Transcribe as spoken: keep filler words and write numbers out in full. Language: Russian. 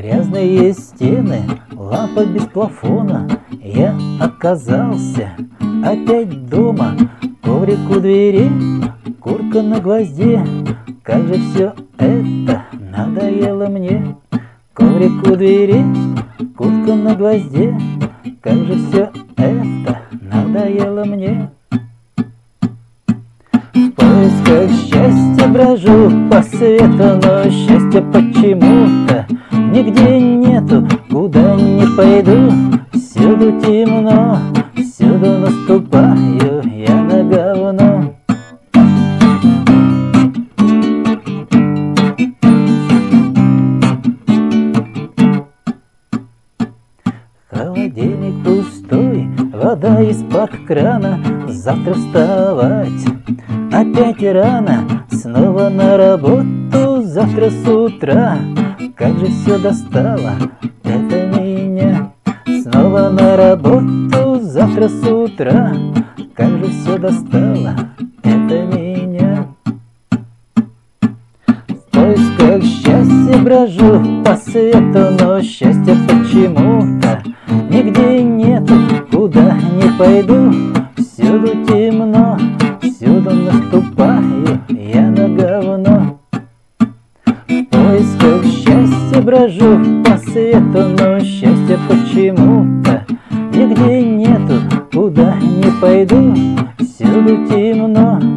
Грязные стены, лампа без плафона. Я оказался опять дома. Коврик у двери, куртка на гвозде. Как же все это надоело мне. Коврик у двери, куртка на гвозде. Как же все это надоело мне. В поисках счастья брожу по свету, но счастья почему-то нигде нету. Куда не пойду, всюду темно, всюду наступаю я на говно. Холодильник пустой, вода из-под крана. Завтра вставать опять рано, снова на работу завтра с утра. Как же все достало это меня. Снова на работу завтра с утра. Как же все достало это меня. В поисках счастья брожу по свету, но счастья почему-то нигде нету. Куда не пойду, всюду темно, всюду наступаю я на говно. В поисках счастья брожу по свету, но счастья почему-то нигде нету. Куда не пойду, всюду темно,